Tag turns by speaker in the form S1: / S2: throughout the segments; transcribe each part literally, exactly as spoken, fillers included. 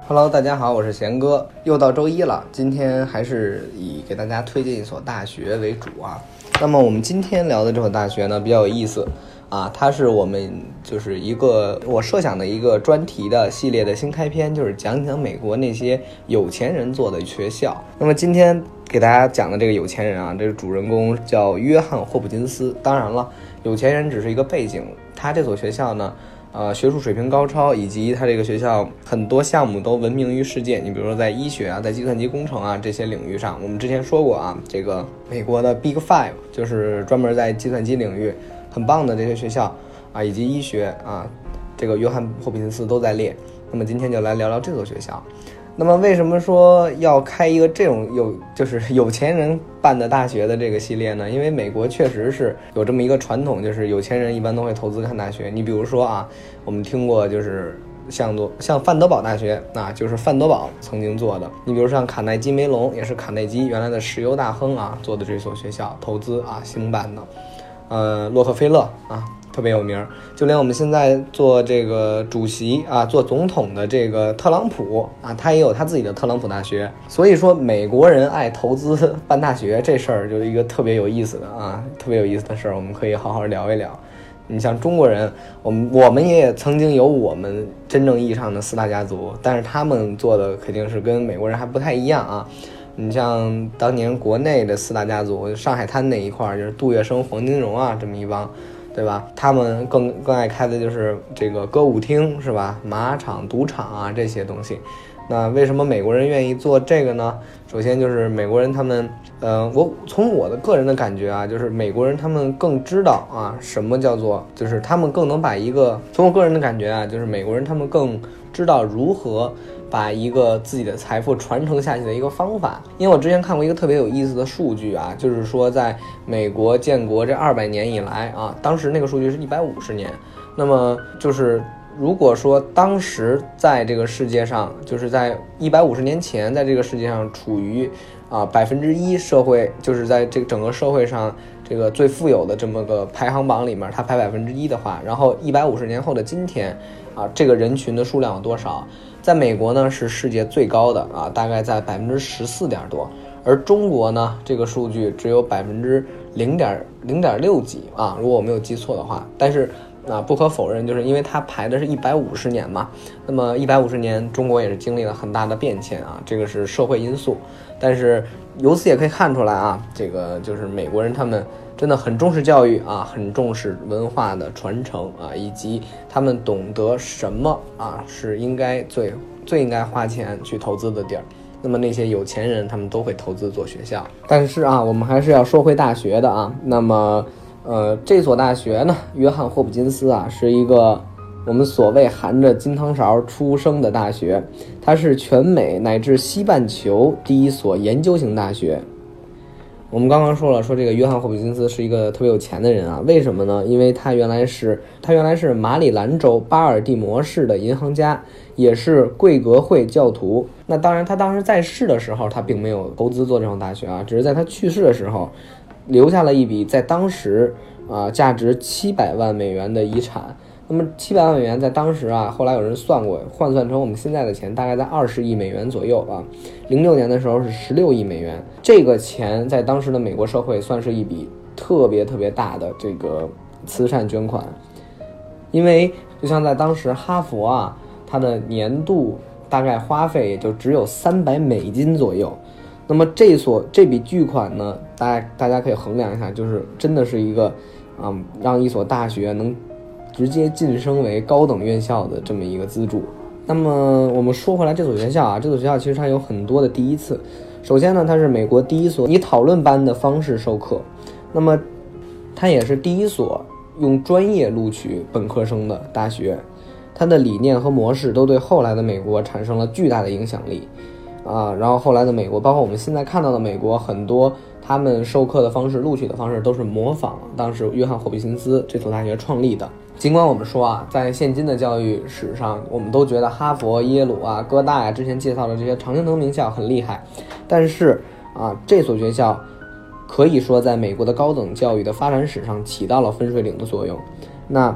S1: Hello， 大家好，我是贤哥，又到周一了。今天还是以给大家推荐一所大学为主啊。那么我们今天聊的这所大学呢，比较有意思啊，它是我们就是一个我设想的一个专题的系列的新开篇，就是讲讲美国那些有钱人做的学校。那么今天给大家讲的这个有钱人啊，这个主人公叫约翰霍普金斯。当然了，有钱人只是一个背景，他这所学校呢。呃，学术水平高超，以及它这个学校很多项目都闻名于世界。你比如说在医学啊，在计算机工程啊这些领域上，我们之前说过啊，这个美国的 Big Five 就是专门在计算机领域很棒的这些学校啊，以及医学啊，这个约翰霍普金斯都在列。那么今天就来聊聊这所学校。那么为什么说要开一个这种有就是有钱人办的大学的这个系列呢？因为美国确实是有这么一个传统，就是有钱人一般都会投资看大学。你比如说啊，我们听过就是像做像范德堡大学啊，就是范德堡曾经做的。你比如像卡耐基梅隆，也是卡耐基原来的石油大亨啊做的这所学校投资啊兴办的。呃，洛克菲勒啊。特别有名，就连我们现在做这个主席啊，做总统的这个特朗普啊，他也有他自己的特朗普大学。所以说，美国人爱投资办大学这事儿，就是一个特别有意思的啊，特别有意思的事儿，我们可以好好聊一聊。你像中国人，我们我们也曾经有我们真正意义上的四大家族，但是他们做的肯定是跟美国人还不太一样啊。你像当年国内的四大家族，上海滩那一块就是杜月笙、黄金荣啊，这么一帮。对吧？他们更更爱开的就是这个歌舞厅，是吧？马场、赌场啊这些东西。那为什么美国人愿意做这个呢？首先就是美国人他们，呃，我从我的个人的感觉啊，就是美国人他们更知道啊什么叫做，就是他们更能把一个，从我个人的感觉啊，就是美国人他们更知道如何把一个自己的财富传承下去的一个方法。因为我之前看过一个特别有意思的数据啊，就是说在美国建国这二百年以来啊，当时那个数据是一百五十年，那么就是如果说当时在这个世界上，就是在一百五十年前，在这个世界上处于啊百分之一社会，就是在这个整个社会上这个最富有的这么个排行榜里面，它排百分之一的话，然后一百五十年后的今天啊，这个人群的数量有多少？在美国呢是世界最高的啊，大概在百分之十四点多，而中国呢这个数据只有百分之零点零点六几啊，如果我没有记错的话，但是。啊，不可否认，就是因为它排的是一百五十年嘛，那么一百五十年，中国也是经历了很大的变迁啊，这个是社会因素。但是由此也可以看出来啊，这个就是美国人他们真的很重视教育啊，很重视文化的传承啊，以及他们懂得什么啊是应该最最应该花钱去投资的地儿。那么那些有钱人他们都会投资做学校，但是啊，我们还是要说回大学的啊，那么。呃，这所大学呢，约翰霍普金斯啊，是一个我们所谓含着金汤勺出生的大学，它是全美乃至西半球第一所研究型大学。我们刚刚说了，说这个约翰霍普金斯是一个特别有钱的人啊，为什么呢？因为他原来是他原来是马里兰州巴尔的摩市的银行家，也是贵格会教徒。那当然，他当时在世的时候，他并没有投资做这种大学啊，只是在他去世的时候。留下了一笔在当时啊、呃、价值七百万美元的遗产。那么七百万美元在当时啊，后来有人算过，换算成我们现在的钱，大概在二十亿美元左右啊。零六年的时候是十六亿美元，这个钱在当时的美国社会算是一笔特别特别大的这个慈善捐款。因为就像在当时哈佛啊，它的年度大概花费也就只有三百美金左右。那么这所这笔巨款呢，大家大家可以衡量一下，就是真的是一个，嗯，让一所大学能直接晋升为高等院校的这么一个资助。那么我们说回来这所学校啊，这所学校其实它有很多的第一次。首先呢，它是美国第一所以讨论班的方式授课，那么它也是第一所用专业录取本科生的大学。它的理念和模式都对后来的美国产生了巨大的影响力。啊，然后后来的美国，包括我们现在看到的美国，很多他们授课的方式、录取的方式都是模仿当时约翰霍普金斯这所大学创立的。尽管我们说啊，在现今的教育史上，我们都觉得哈佛、耶鲁啊、哥大呀、啊，之前介绍的这些常青藤名校很厉害，但是啊，这所学校可以说在美国的高等教育的发展史上起到了分水岭的作用。那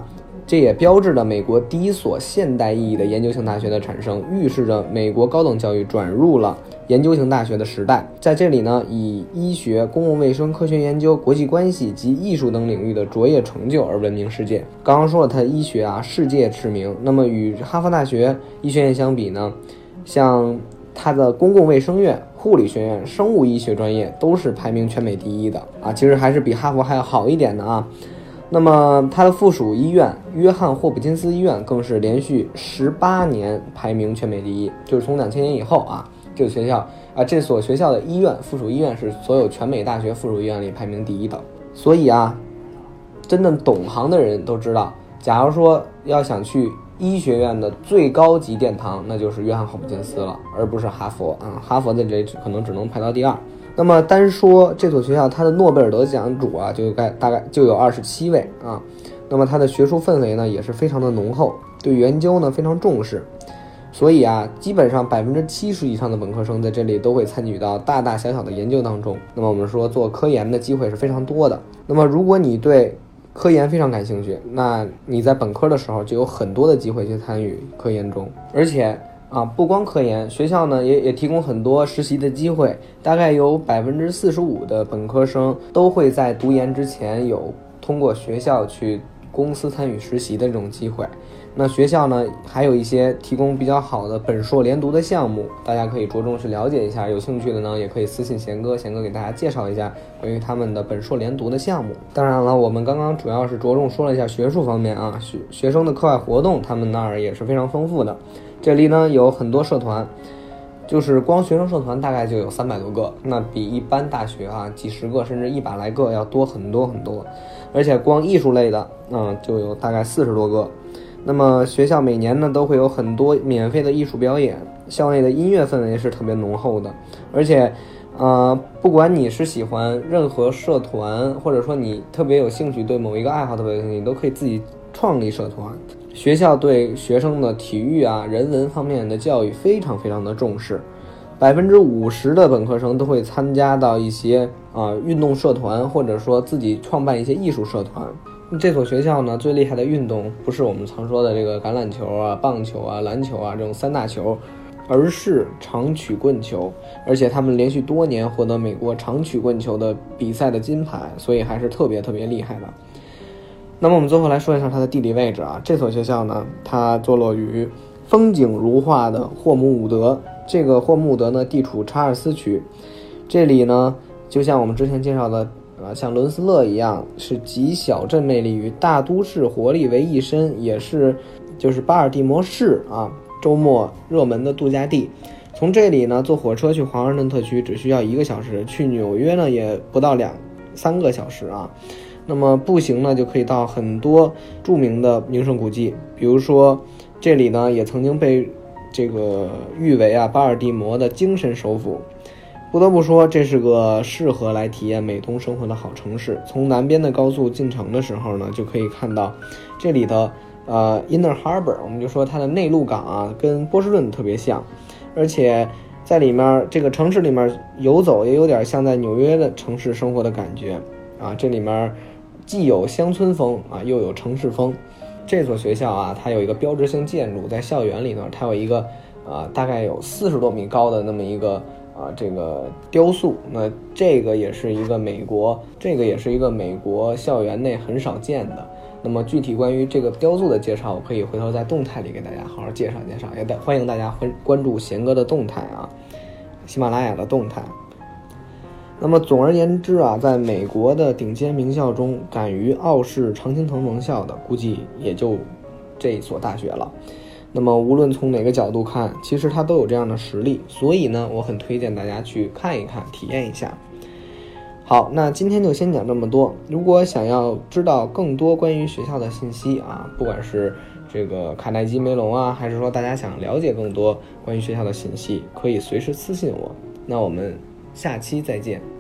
S1: 这也标志着美国第一所现代意义的研究型大学的产生，预示着美国高等教育转入了研究型大学的时代。在这里呢，以医学、公共卫生、科学研究、国际关系及艺术等领域的卓越成就而闻名世界。刚刚说了，它医学啊世界驰名，那么与哈佛大学医学院相比呢，像它的公共卫生院、护理学院、生物医学专业都是排名全美第一的啊，其实还是比哈佛还要好一点的啊。那么它的附属医院约翰霍普金斯医院更是连续十八年排名全美第一，就是从两千年以后啊，这个学校啊，这所学校的医院附属医院是所有全美大学附属医院里排名第一的。所以啊，真正懂行的人都知道，假如说要想去医学院的最高级殿堂，那就是约翰霍普金斯了，而不是哈佛啊。哈佛在这里可能只能排到第二。那么单说这所学校，它的诺贝尔得奖主啊，就该大概就有二十七位啊。那么它的学术氛围呢，也是非常的浓厚，对研究呢非常重视。所以啊，基本上百分之七十以上的本科生在这里都会参与到大大小小的研究当中。那么我们说做科研的机会是非常多的。那么如果你对科研非常感兴趣，那你在本科的时候就有很多的机会去参与科研中，而且啊，不光科研，学校呢也也提供很多实习的机会，大概有百分之四十五的本科生都会在读研之前有通过学校去公司参与实习的这种机会。那学校呢还有一些提供比较好的本硕连读的项目，大家可以着重去了解一下，有兴趣的呢也可以私信贤哥，贤哥给大家介绍一下关于他们的本硕连读的项目。当然了，我们刚刚主要是着重说了一下学术方面啊，学学生的课外活动他们那儿也是非常丰富的。这里呢有很多社团，就是光学生社团大概就有三百多个，那比一般大学啊几十个甚至一百来个要多很多很多。而且光艺术类的嗯就有大概四十多个。那么学校每年呢都会有很多免费的艺术表演，校内的音乐氛围是特别浓厚的。而且呃，不管你是喜欢任何社团，或者说你特别有兴趣，对某一个爱好特别有兴趣，你都可以自己创立社团。学校对学生的体育啊、人文方面的教育非常非常的重视，百分之五十的本科生都会参加到一些啊、呃、运动社团，或者说自己创办一些艺术社团。这所学校呢，最厉害的运动不是我们常说的这个橄榄球啊、棒球啊、篮球啊这种三大球，而是长曲棍球。而且他们连续多年获得美国长曲棍球的比赛的金牌，所以还是特别特别厉害的。那么我们最后来说一下它的地理位置啊，这所学校呢，它坐落于风景如画的霍姆伍德。这个霍姆伍德呢，地处查尔斯区。这里呢，就像我们之前介绍的啊，像伦斯勒一样，是集小镇魅力与大都市活力为一身，也是就是巴尔的摩市啊周末热门的度假地。从这里呢坐火车去华盛顿特区只需要一个小时，去纽约呢也不到两三个小时啊。那么步行呢就可以到很多著名的名胜古迹，比如说这里呢也曾经被这个誉为啊巴尔的摩的精神首府。不得不说，这是个适合来体验美东生活的好城市。从南边的高速进城的时候呢，就可以看到这里的呃 Inner Harbor， 我们就说它的内陆港啊，跟波士顿特别像，而且在里面这个城市里面游走也有点像在纽约的城市生活的感觉啊。这里面既有乡村风啊，又有城市风。这所学校啊，它有一个标志性建筑，在校园里头，它有一个啊大概有四十多米高的那么一个啊，这个雕塑，那这个也是一个美国，这个也是一个美国校园内很少见的。那么具体关于这个雕塑的介绍，我可以回头在动态里给大家好好介绍介绍，也欢迎大家关注贤哥的动态啊，喜马拉雅的动态。那么总而言之啊，在美国的顶尖名校中，敢于傲视常青藤盟校的，估计也就这所大学了。那么无论从哪个角度看，其实它都有这样的实力，所以呢，我很推荐大家去看一看，体验一下。好，那今天就先讲这么多。如果想要知道更多关于学校的信息啊，不管是这个卡耐基梅隆啊，还是说大家想了解更多关于学校的信息，可以随时私信我。那我们下期再见。